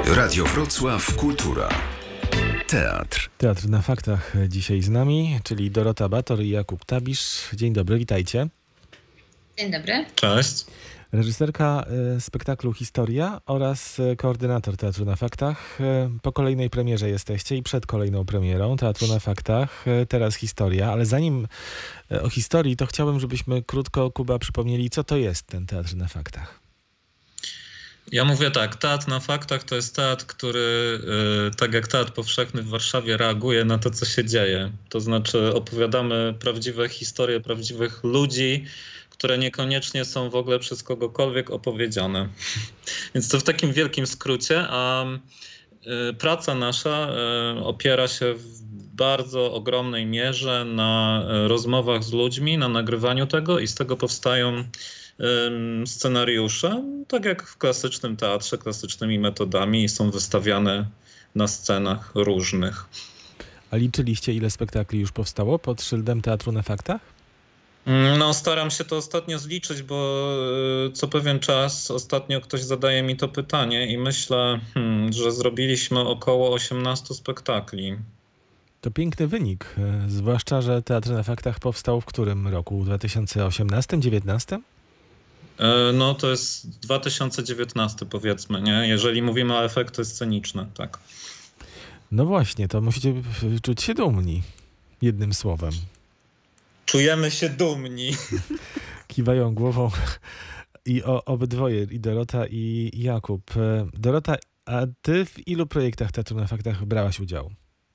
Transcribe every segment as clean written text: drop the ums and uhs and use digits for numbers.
Radio Wrocław Kultura. Teatr. Teatr na faktach dzisiaj z nami, czyli Dorota Bator i Jakub Tabisz. Dzień dobry, witajcie. Dzień dobry. Cześć. Reżyserka spektaklu Historia oraz koordynator Teatru na faktach. Po kolejnej premierze jesteście i przed kolejną premierą Teatru na faktach. Teraz Historia, ale zanim o historii, to chciałbym, żebyśmy krótko, Kuba, przypomnieli, co to jest ten Teatr na faktach. Ja mówię tak, teatr na faktach to jest teatr, który tak jak Teatr Powszechny w Warszawie reaguje na to, co się dzieje. To znaczy opowiadamy prawdziwe historie prawdziwych ludzi, które niekoniecznie są w ogóle przez kogokolwiek opowiedziane. Więc to w takim wielkim skrócie, a praca nasza opiera się w bardzo ogromnej mierze na rozmowach z ludźmi, na nagrywaniu tego i z tego powstają scenariusze, tak jak w klasycznym teatrze, klasycznymi metodami i są wystawiane na scenach różnych. A liczyliście, ile spektakli już powstało pod szyldem Teatru na faktach? No, staram się to ostatnio zliczyć, bo co pewien czas ostatnio ktoś zadaje mi to pytanie i myślę, że zrobiliśmy około 18 spektakli. To piękny wynik, zwłaszcza, że Teatr na faktach powstał w którym roku? 2018-2019? No to jest 2019 powiedzmy, nie? Jeżeli mówimy o efekty sceniczne, tak. No właśnie, to musicie czuć się dumni, jednym słowem. Czujemy się dumni. Kiwają głową i obydwoje, i Dorota, i Jakub. Dorota, a ty w ilu projektach Teatru na faktach brałaś udział?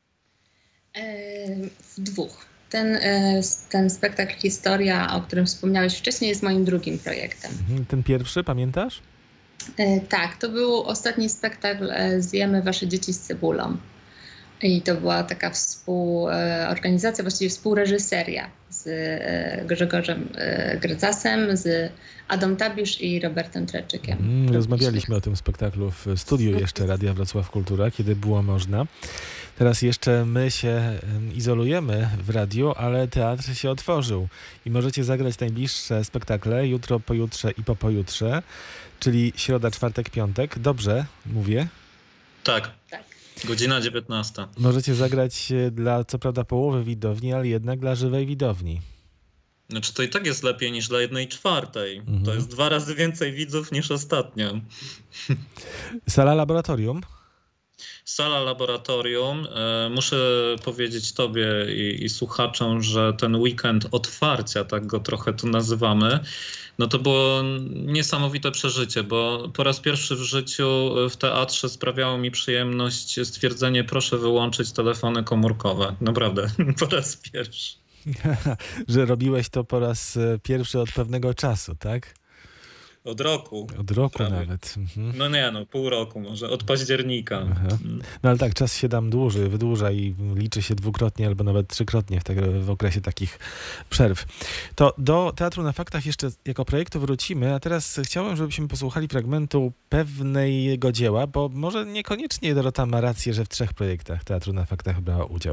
W dwóch. Ten spektakl Historia, o którym wspomniałeś wcześniej, jest moim drugim projektem. Ten pierwszy, pamiętasz? Tak, to był ostatni spektakl Zjemy wasze dzieci z cebulą. I to była taka współorganizacja, właściwie współreżyseria z Grzegorzem Grycasem, z Adą Tabisz i Robertem Treczykiem. Rozmawialiśmy o tym spektaklu w studiu jeszcze Radia Wrocław Kultura, kiedy było można. Teraz jeszcze my się izolujemy w radiu, ale teatr się otworzył i możecie zagrać najbliższe spektakle jutro, pojutrze i po pojutrze, czyli środa, czwartek, piątek. Dobrze mówię? Tak. Godzina 19. Możecie zagrać dla co prawda połowy widowni, ale jednak dla żywej widowni. Znaczy to i tak jest lepiej niż dla 1/4. To jest 2 razy więcej widzów niż ostatnio. Sala Laboratorium? Sala Laboratorium. Muszę powiedzieć tobie i słuchaczom, że ten weekend otwarcia, tak go trochę tu nazywamy, no to było niesamowite przeżycie, bo po raz pierwszy w życiu w teatrze sprawiało mi przyjemność stwierdzenie: proszę wyłączyć telefony komórkowe. Naprawdę, po raz pierwszy. Że robiłeś to po raz pierwszy od pewnego czasu, tak? Od roku. Od roku prawie. nawet. No nie, pół roku może, od października. Aha. No ale tak, czas się tam wydłuża i liczy się dwukrotnie albo nawet trzykrotnie w okresie takich przerw. To do Teatru na faktach jeszcze jako projektu wrócimy, a teraz chciałem, żebyśmy posłuchali fragmentu pewnego dzieła, bo może niekoniecznie Dorota ma rację, że w 3 projektach Teatru na faktach brała udział.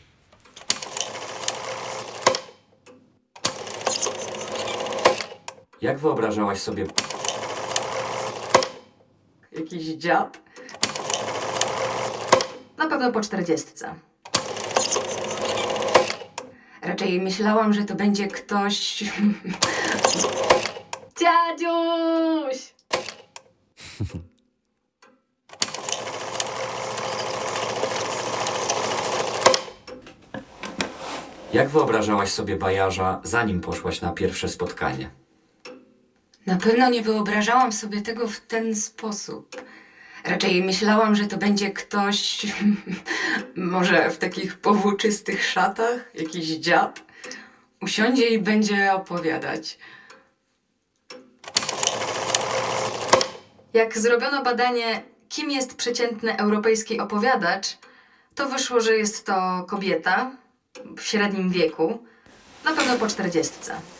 Jak wyobrażałaś sobie... Jakiś dziad? Na pewno po 40. Raczej myślałam, że to będzie ktoś... Dziadziuś! Jak wyobrażałaś sobie Bajarza, zanim poszłaś na pierwsze spotkanie? Na pewno nie wyobrażałam sobie tego w ten sposób. Raczej myślałam, że to będzie ktoś, może w takich powłóczystych szatach, jakiś dziad, usiądzie i będzie opowiadać. Jak zrobiono badanie, kim jest przeciętny europejski opowiadacz, to wyszło, że jest to kobieta w średnim wieku, na pewno po 40.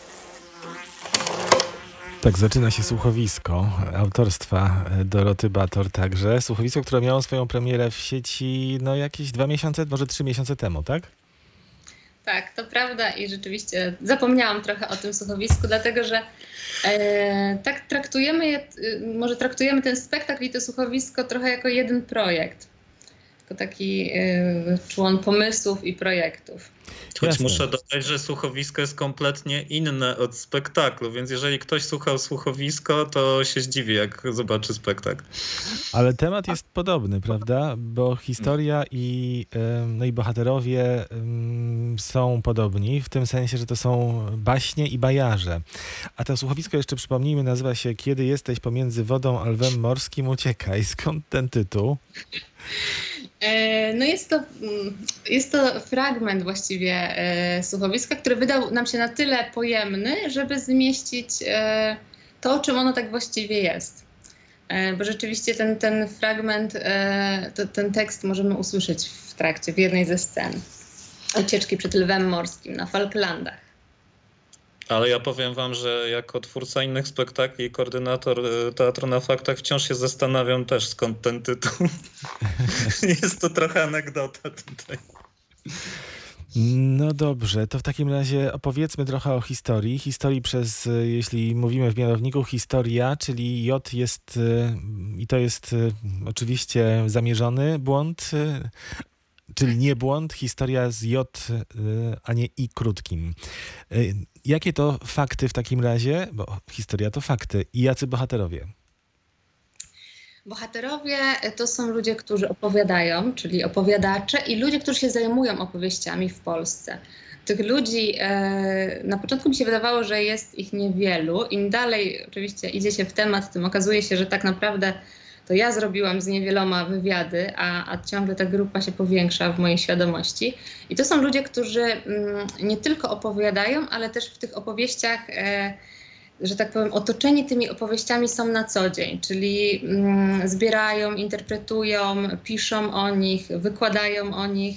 Tak, zaczyna się słuchowisko autorstwa Doroty Bator także. Słuchowisko, które miało swoją premierę w sieci jakieś 2 miesiące, może 3 miesiące temu, tak? Tak, to prawda i rzeczywiście zapomniałam trochę o tym słuchowisku, dlatego że tak może traktujemy ten spektakl i to słuchowisko trochę jako jeden projekt. Jako taki człon pomysłów i projektów. Choć Jasne. muszę dodać, że słuchowisko jest kompletnie inne od spektaklu, więc jeżeli ktoś słuchał słuchowisko, to się zdziwi, jak zobaczy spektakl. Ale temat jest podobny, prawda? Bo historia no i bohaterowie są podobni, w tym sensie, że to są baśnie i bajarze. A to słuchowisko, jeszcze przypomnijmy, nazywa się Kiedy jesteś pomiędzy wodą a lwem morskim, uciekaj. Skąd ten tytuł? No jest to fragment właściwie słuchowiska, który wydał nam się na tyle pojemny, żeby zmieścić to, o czym ono tak właściwie jest. Bo rzeczywiście ten fragment, ten tekst możemy usłyszeć w jednej ze scen ucieczki przed lwem morskim na Falklandach. Ale ja powiem wam, że jako twórca innych spektakli i koordynator Teatru na Faktach wciąż się zastanawiam też, skąd ten tytuł. Jest to trochę anegdota tutaj. No dobrze, to w takim razie opowiedzmy trochę o historii. Historii jeśli mówimy w mianowniku historia, czyli J jest, i to jest oczywiście zamierzony błąd, czyli nie błąd, historia z J, a nie I krótkim. Jakie to fakty w takim razie? Bo historia to fakty. I jacy bohaterowie? Bohaterowie to są ludzie, którzy opowiadają, czyli opowiadacze i ludzie, którzy się zajmują opowieściami w Polsce. Tych ludzi na początku mi się wydawało, że jest ich niewielu. Im dalej oczywiście idzie się w temat, tym okazuje się, że tak naprawdę to ja zrobiłam z niewieloma wywiady, a ciągle ta grupa się powiększa w mojej świadomości. I to są ludzie, którzy nie tylko opowiadają, ale też w tych opowieściach, że tak powiem, otoczeni tymi opowieściami są na co dzień, czyli zbierają, interpretują, piszą o nich, wykładają o nich.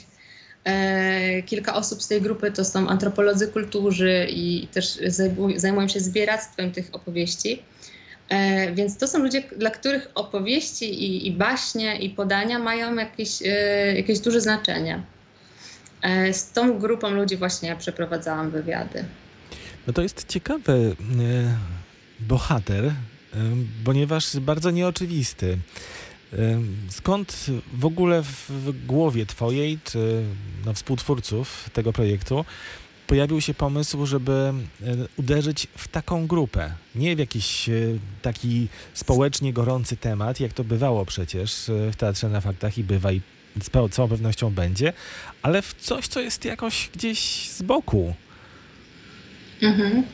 Kilka osób z tej grupy to są antropolodzy kultury i też zajmują się zbieractwem tych opowieści. Więc to są ludzie, dla których opowieści i baśnie i podania mają jakieś duże znaczenie. Z tą grupą ludzi właśnie ja przeprowadzałam wywiady. No to jest ciekawy bohater, ponieważ bardzo nieoczywisty. Skąd w ogóle w głowie twojej, czy współtwórców tego projektu, pojawił się pomysł, żeby uderzyć w taką grupę? Nie w jakiś taki społecznie gorący temat, jak to bywało przecież w Teatrze na Faktach i bywa i z całą pewnością będzie, ale w coś, co jest jakoś gdzieś z boku. Mhm.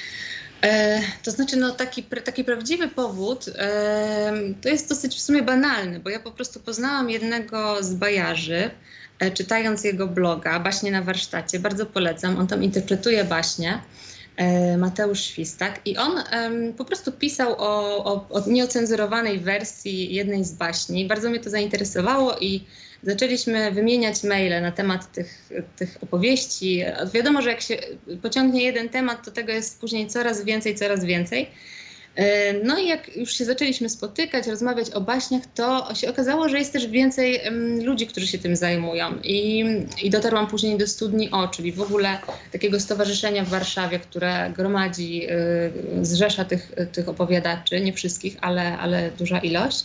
To znaczy, taki prawdziwy powód to jest dosyć w sumie banalny, bo ja po prostu poznałam jednego z bajarzy, czytając jego bloga Baśnie na warsztacie. Bardzo polecam, on tam interpretuje baśnie, Mateusz Świstak, i on po prostu pisał o nieocenzurowanej wersji jednej z baśni. Bardzo mnie to zainteresowało i zaczęliśmy wymieniać maile na temat tych opowieści. Wiadomo, że jak się pociągnie jeden temat, to tego jest później coraz więcej. No i jak już się zaczęliśmy spotykać, rozmawiać o baśniach, to się okazało, że jest też więcej ludzi, którzy się tym zajmują. I dotarłam później do Studni O, czyli w ogóle takiego stowarzyszenia w Warszawie, które gromadzi, zrzesza tych opowiadaczy, nie wszystkich, ale duża ilość.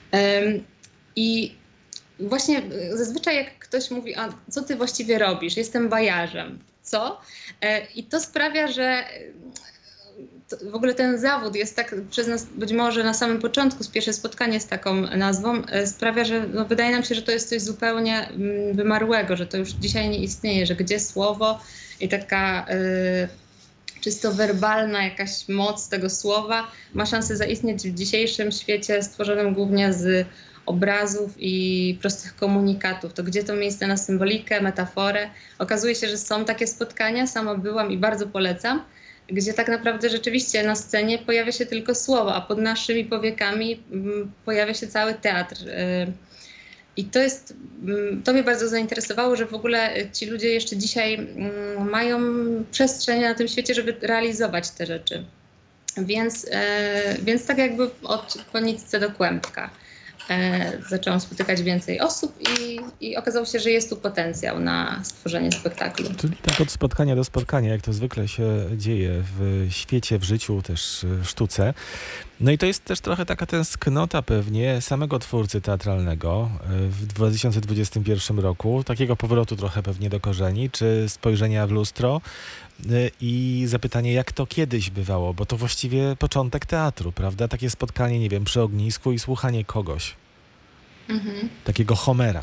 I właśnie zazwyczaj jak ktoś mówi, a co ty właściwie robisz? Jestem bajarzem. Co? I to sprawia, że w ogóle ten zawód jest tak przez nas, być może na samym początku, pierwsze spotkanie z taką nazwą, sprawia, że wydaje nam się, że to jest coś zupełnie wymarłego, że to już dzisiaj nie istnieje, że gdzie słowo i taka czysto werbalna jakaś moc tego słowa ma szansę zaistnieć w dzisiejszym świecie stworzonym głównie z obrazów i prostych komunikatów. To gdzie to miejsce na symbolikę, metaforę? Okazuje się, że są takie spotkania, sama byłam i bardzo polecam, gdzie tak naprawdę rzeczywiście na scenie pojawia się tylko słowo, a pod naszymi powiekami pojawia się cały teatr. I to mnie bardzo zainteresowało, że w ogóle ci ludzie jeszcze dzisiaj mają przestrzeń na tym świecie, żeby realizować te rzeczy. Więc tak jakby od konicy do kłębka. zaczęłam spotykać więcej osób i okazało się, że jest tu potencjał na stworzenie spektaklu. Czyli tak od spotkania do spotkania, jak to zwykle się dzieje w świecie, w życiu, też w sztuce. No i to jest też trochę taka tęsknota pewnie samego twórcy teatralnego w 2021 roku, takiego powrotu trochę pewnie do korzeni, czy spojrzenia w lustro i zapytanie, jak to kiedyś bywało, bo to właściwie początek teatru, prawda? Takie spotkanie, nie wiem, przy ognisku i słuchanie kogoś. Takiego Homera.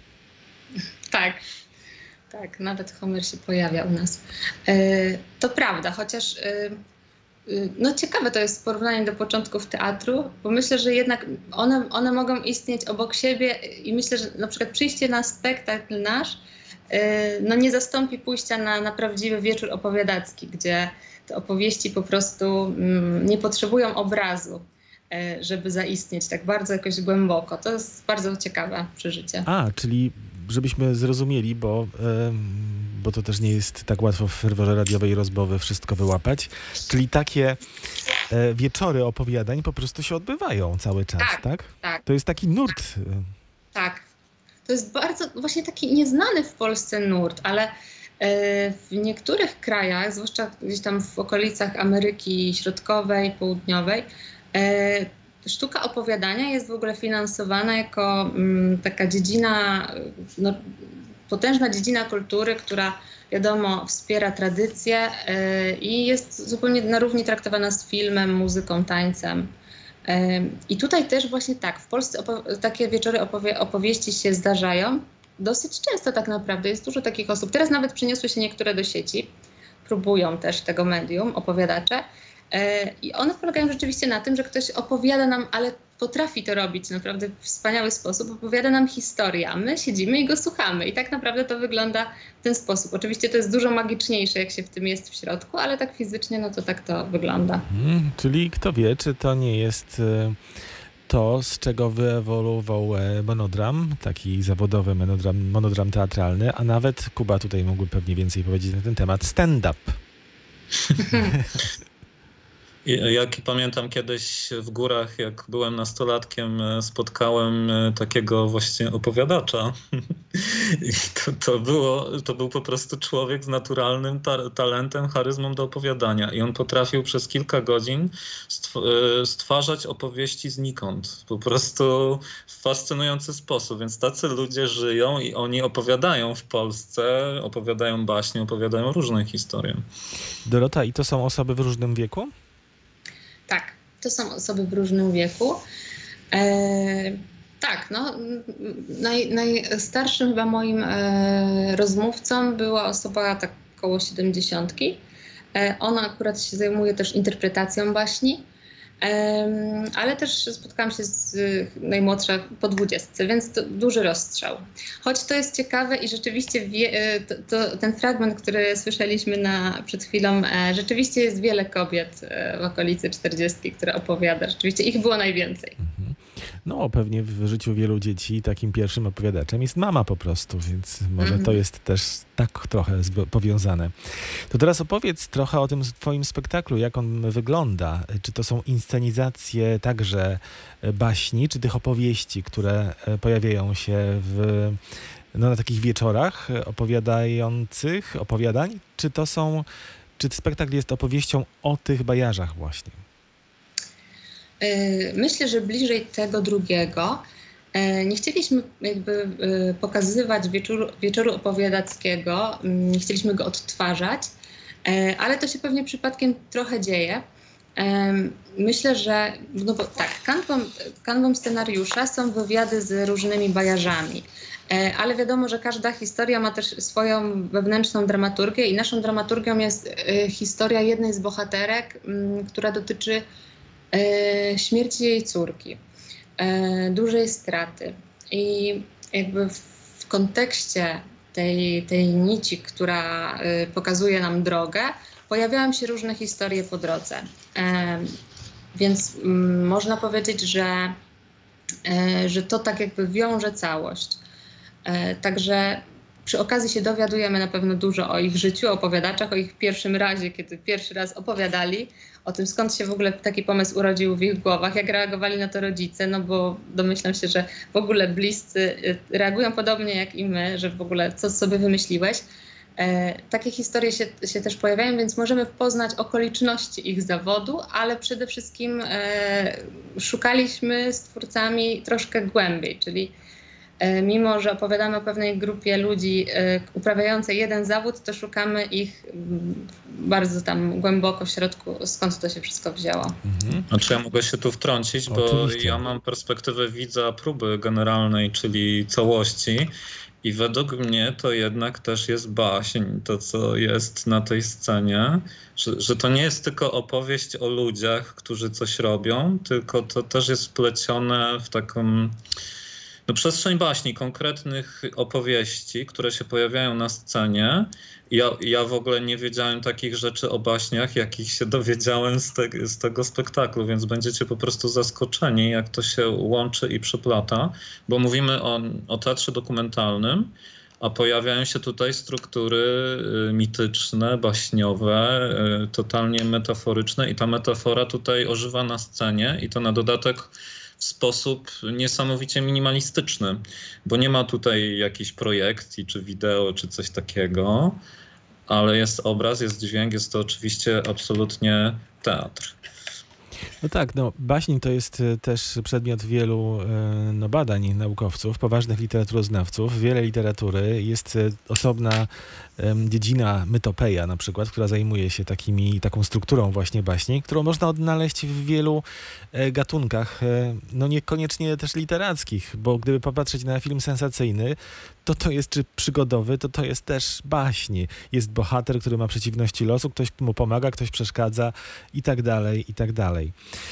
Tak, nawet Homer się pojawia u nas. To prawda, chociaż no ciekawe to jest porównanie do początków teatru, bo myślę, że jednak one mogą istnieć obok siebie i myślę, że na przykład przyjście na spektakl nasz no nie zastąpi pójścia na prawdziwy wieczór opowiadacki, gdzie te opowieści po prostu nie potrzebują obrazu, żeby zaistnieć tak bardzo jakoś głęboko. To jest bardzo ciekawe przeżycie. Czyli żebyśmy zrozumieli, bo to też nie jest tak łatwo w ferworze radiowej rozmowy wszystko wyłapać. Czyli takie wieczory opowiadań po prostu się odbywają cały czas, tak? Tak. To jest taki nurt. Tak. To jest bardzo właśnie taki nieznany w Polsce nurt, ale w niektórych krajach, zwłaszcza gdzieś tam w okolicach Ameryki Środkowej, Południowej, sztuka opowiadania jest w ogóle finansowana jako taka dziedzina, no, potężna dziedzina kultury, która wiadomo wspiera tradycję i jest zupełnie na równi traktowana z filmem, muzyką, tańcem. I tutaj też właśnie tak, w Polsce takie wieczory opowieści się zdarzają. Dosyć często tak naprawdę, jest dużo takich osób. Teraz nawet przyniosły się niektóre do sieci, próbują też tego medium, opowiadacze. I one polegają rzeczywiście na tym, że ktoś opowiada nam, ale potrafi to robić naprawdę w wspaniały sposób, opowiada nam historię, a my siedzimy i go słuchamy. I tak naprawdę to wygląda w ten sposób. Oczywiście to jest dużo magiczniejsze, jak się w tym jest w środku, ale tak fizycznie, no to tak to wygląda. Czyli kto wie, czy to nie jest to, z czego wyewoluował monodram, taki zawodowy monodram teatralny, a nawet Kuba tutaj mógłby pewnie więcej powiedzieć na ten temat, stand-up. Jak pamiętam kiedyś w górach, jak byłem nastolatkiem, spotkałem takiego właśnie opowiadacza. I to był po prostu człowiek z naturalnym talentem, charyzmą do opowiadania. I on potrafił przez kilka godzin stwarzać opowieści znikąd. Po prostu w fascynujący sposób. Więc tacy ludzie żyją i oni opowiadają w Polsce, opowiadają baśnie, opowiadają różne historie. Dorota, i to są osoby w różnym wieku? Tak, to są osoby w różnym wieku. Tak, no, najstarszym chyba moim rozmówcą była osoba tak około 70. Ona akurat się zajmuje też interpretacją baśni, ale też spotkałam się z najmłodsza po 20, więc to duży rozstrzał. Choć to jest ciekawe i rzeczywiście ten fragment, który słyszeliśmy przed chwilą, rzeczywiście jest wiele kobiet w okolicy 40, które opowiada. Rzeczywiście ich było najwięcej. No pewnie w życiu wielu dzieci takim pierwszym opowiadaczem jest mama po prostu, więc może to jest też tak trochę powiązane. To teraz opowiedz trochę o tym twoim spektaklu, jak on wygląda. Czy to są inscenizacje także baśni, czy tych opowieści, które pojawiają się na takich wieczorach opowiadań? Czy spektakl jest opowieścią o tych bajarzach właśnie? Myślę, że bliżej tego drugiego. Nie chcieliśmy jakby pokazywać wieczoru opowiadackiego, nie chcieliśmy go odtwarzać, ale to się pewnie przypadkiem trochę dzieje. Myślę, że no bo tak, kanwą scenariusza są wywiady z różnymi bajarzami, ale wiadomo, że każda historia ma też swoją wewnętrzną dramaturgię i naszą dramaturgią jest historia jednej z bohaterek, która dotyczy śmierci jej córki, dużej straty. I jakby w kontekście tej nici, która pokazuje nam drogę, pojawiają się różne historie po drodze. Więc można powiedzieć, że to tak jakby wiąże całość. Także przy okazji się dowiadujemy na pewno dużo o ich życiu, o opowiadaczach, o ich pierwszym razie, kiedy pierwszy raz opowiadali, o tym, skąd się w ogóle taki pomysł urodził w ich głowach, jak reagowali na to rodzice, no bo domyślam się, że w ogóle bliscy reagują podobnie jak i my, że w ogóle co sobie wymyśliłeś. Takie historie się też pojawiają, więc możemy poznać okoliczności ich zawodu, ale przede wszystkim szukaliśmy z twórcami troszkę głębiej, czyli mimo że opowiadamy o pewnej grupie ludzi uprawiającej jeden zawód, to szukamy ich bardzo tam głęboko w środku, skąd to się wszystko wzięło. Znaczy ja mogę się tu wtrącić, bo Oczywiście. ja mam perspektywę widza próby generalnej, czyli całości. I według mnie to jednak też jest baśń, to co jest na tej scenie, że to nie jest tylko opowieść o ludziach, którzy coś robią, tylko to też jest wplecione w taką przestrzeń baśni, konkretnych opowieści, które się pojawiają na scenie. Ja w ogóle nie wiedziałem takich rzeczy o baśniach, jakich się dowiedziałem z tego spektaklu, więc będziecie po prostu zaskoczeni, jak to się łączy i przeplata, bo mówimy o teatrze dokumentalnym, a pojawiają się tutaj struktury mityczne, baśniowe, totalnie metaforyczne i ta metafora tutaj ożywa na scenie i to na dodatek w sposób niesamowicie minimalistyczny, bo nie ma tutaj jakiejś projekcji, czy wideo, czy coś takiego, ale jest obraz, jest dźwięk, jest to oczywiście absolutnie teatr. No tak, baśń to jest też przedmiot wielu badań naukowców, poważnych literaturoznawców. Wiele literatury, jest osobna dziedzina mytopeia na przykład, która zajmuje się taką strukturą właśnie baśni, którą można odnaleźć w wielu gatunkach, niekoniecznie też literackich, bo gdyby popatrzeć na film sensacyjny, to jest, czy przygodowy, to jest też baśń. Jest bohater, który ma przeciwności losu, ktoś mu pomaga, ktoś przeszkadza i tak dalej, i tak dalej.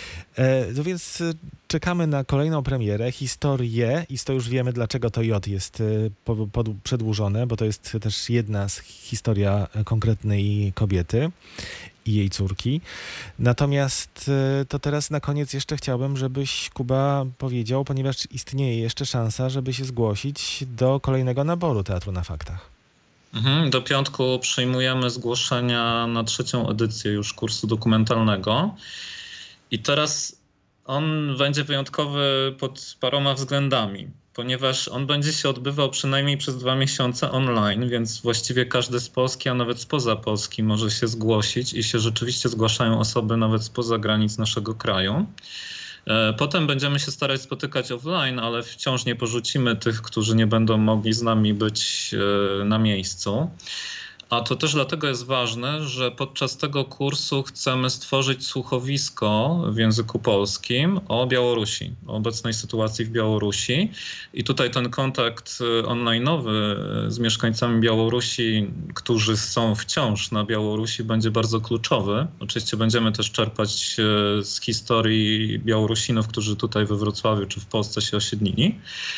No więc czekamy na kolejną premierę, historię, i to już wiemy, dlaczego to J jest przedłużone, bo to jest też jedna historia konkretnej kobiety i jej córki. Natomiast to teraz na koniec jeszcze chciałbym, żebyś, Kuba, powiedział, ponieważ istnieje jeszcze szansa, żeby się zgłosić do kolejnego naboru Teatru na Faktach. Do piątku przyjmujemy zgłoszenia na 3. edycję już kursu dokumentalnego. I teraz on będzie wyjątkowy pod paroma względami, ponieważ on będzie się odbywał przynajmniej przez 2 miesiące online, więc właściwie każdy z Polski, a nawet spoza Polski może się zgłosić i się rzeczywiście zgłaszają osoby nawet spoza granic naszego kraju. Potem będziemy się starać spotykać offline, ale wciąż nie porzucimy tych, którzy nie będą mogli z nami być na miejscu. A to też dlatego jest ważne, że podczas tego kursu chcemy stworzyć słuchowisko w języku polskim o Białorusi, o obecnej sytuacji w Białorusi. I tutaj ten kontakt online'owy z mieszkańcami Białorusi, którzy są wciąż na Białorusi, będzie bardzo kluczowy. Oczywiście będziemy też czerpać z historii Białorusinów, którzy tutaj we Wrocławiu czy w Polsce się osiedlili.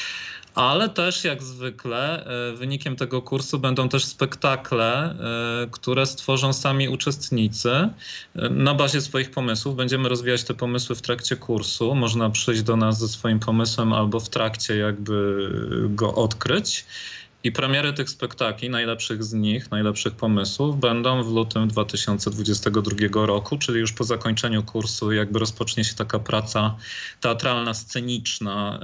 Ale też jak zwykle wynikiem tego kursu będą też spektakle, które stworzą sami uczestnicy na bazie swoich pomysłów. Będziemy rozwijać te pomysły w trakcie kursu. Można przyjść do nas ze swoim pomysłem albo w trakcie jakby go odkryć. I premiery tych spektakli, najlepszych z nich, najlepszych pomysłów będą w lutym 2022 roku, czyli już po zakończeniu kursu jakby rozpocznie się taka praca teatralna, sceniczna,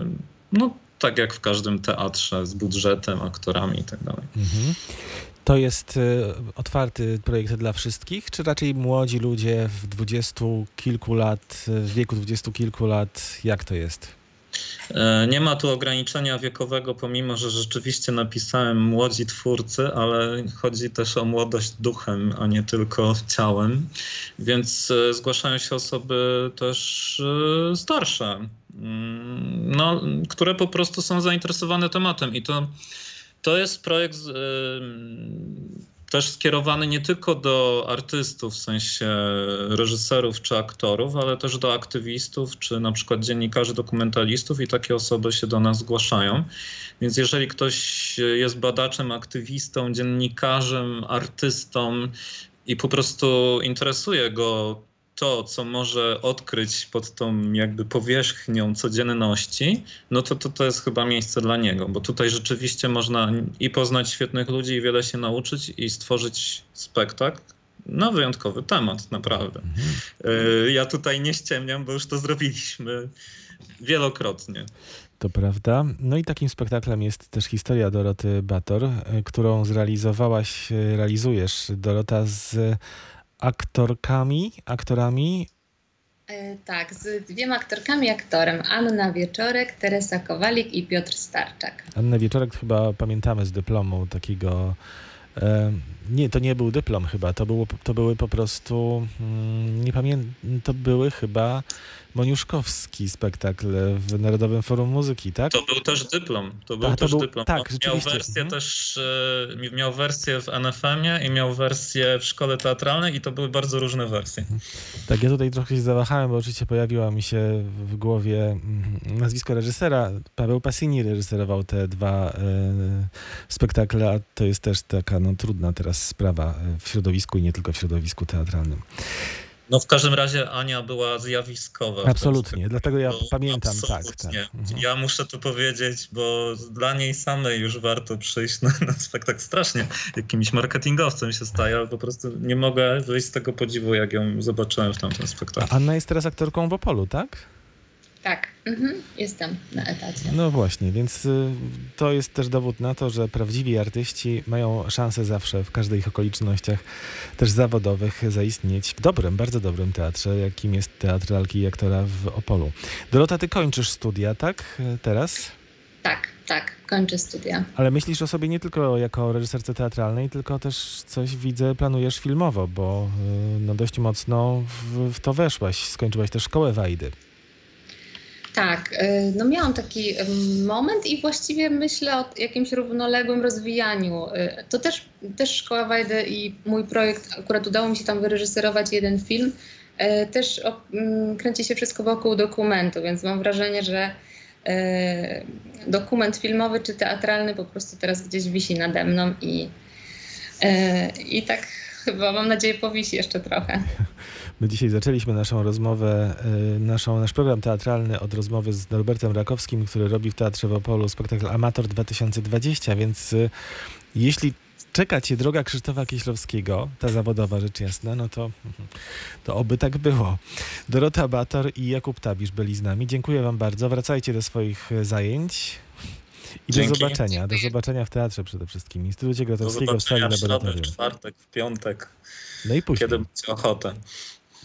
tak jak w każdym teatrze, z budżetem, aktorami i tak dalej. To jest otwarty projekt dla wszystkich, czy raczej młodzi ludzie w 20 kilku lat, w wieku 20 kilku lat, jak to jest? Nie ma tu ograniczenia wiekowego, pomimo że rzeczywiście napisałem młodzi twórcy, ale chodzi też o młodość duchem, a nie tylko ciałem. Więc zgłaszają się osoby też starsze, które po prostu są zainteresowane tematem. I to jest projekt też skierowany nie tylko do artystów, w sensie reżyserów czy aktorów, ale też do aktywistów, czy na przykład dziennikarzy, dokumentalistów i takie osoby się do nas zgłaszają. Więc jeżeli ktoś jest badaczem, aktywistą, dziennikarzem, artystą i po prostu interesuje go to, co może odkryć pod tą jakby powierzchnią codzienności, to jest chyba miejsce dla niego, bo tutaj rzeczywiście można i poznać świetnych ludzi, i wiele się nauczyć, i stworzyć spektakl no, wyjątkowy temat, naprawdę. Ja tutaj nie ściemniam, bo już to zrobiliśmy wielokrotnie. To prawda. No i takim spektaklem jest też historia Doroty Bator, którą realizujesz, Dorota, z aktorami. Tak, z 2 aktorkami, aktorem. Anna Wieczorek, Teresa Kowalik i Piotr Starczak. Annę Wieczorek chyba pamiętamy z dyplomu takiego. Nie, to nie był dyplom chyba, to były po prostu, to były chyba Moniuszkowski spektakl w Narodowym Forum Muzyki, tak? To był też dyplom. Dyplom. Tak, Miał rzeczywiście. wersję też, miał wersję w NFM-ie i miał wersję w szkole teatralnej i to były bardzo różne wersje. Tak, ja tutaj trochę się zawahałem, bo oczywiście pojawiło mi się w głowie nazwisko reżysera. Paweł Passini reżyserował te 2 spektakle, a to jest też taka trudna teraz sprawa w środowisku i nie tylko w środowisku teatralnym. No w każdym razie Ania była zjawiskowa. Absolutnie, dlatego ja pamiętam, absolutnie. tak. Mhm. Ja muszę to powiedzieć, bo dla niej samej już warto przyjść na spektakl. Strasznie jakimś marketingowcem się staje, ale po prostu nie mogę wyjść z tego podziwu, jak ją zobaczyłem w tamtym spektaklu. A Anna jest teraz aktorką w Opolu, tak? Tak, jestem na etacie. No właśnie, więc to jest też dowód na to, że prawdziwi artyści mają szansę zawsze, w każdych okolicznościach też zawodowych, zaistnieć w dobrym, bardzo dobrym teatrze, jakim jest Teatr Lalki i Aktora w Opolu. Dorota, ty kończysz studia, tak? Teraz? Tak, kończę studia. Ale myślisz o sobie nie tylko jako reżyserce teatralnej, tylko też coś widzę, planujesz filmowo, bo dość mocno w to weszłaś. Skończyłaś też szkołę Wajdy. Tak, no miałam taki moment i właściwie myślę o jakimś równoległym rozwijaniu. To też Szkoła Wajdy i mój projekt, akurat udało mi się tam wyreżyserować 1 film, też kręci się wszystko wokół dokumentu, więc mam wrażenie, że dokument filmowy czy teatralny po prostu teraz gdzieś wisi nade mną i tak chyba, mam nadzieję, powisi jeszcze trochę. My dzisiaj zaczęliśmy naszą rozmowę, nasz program teatralny od rozmowy z Norbertem Rakowskim, który robi w Teatrze w Opolu spektakl Amator 2020, więc jeśli czeka cię droga Krzysztofa Kieślowskiego, ta zawodowa rzecz jasna, no to oby tak było. Dorota Bator i Jakub Tabisz byli z nami. Dziękuję wam bardzo. Wracajcie do swoich zajęć. I Dzięki. do zobaczenia. Do zobaczenia w teatrze przede wszystkim. Instytucie Grotowskiego w sali Do zobaczenia w środę, laboratorium. w czwartek, w piątek, No i później. kiedy macie ochotę.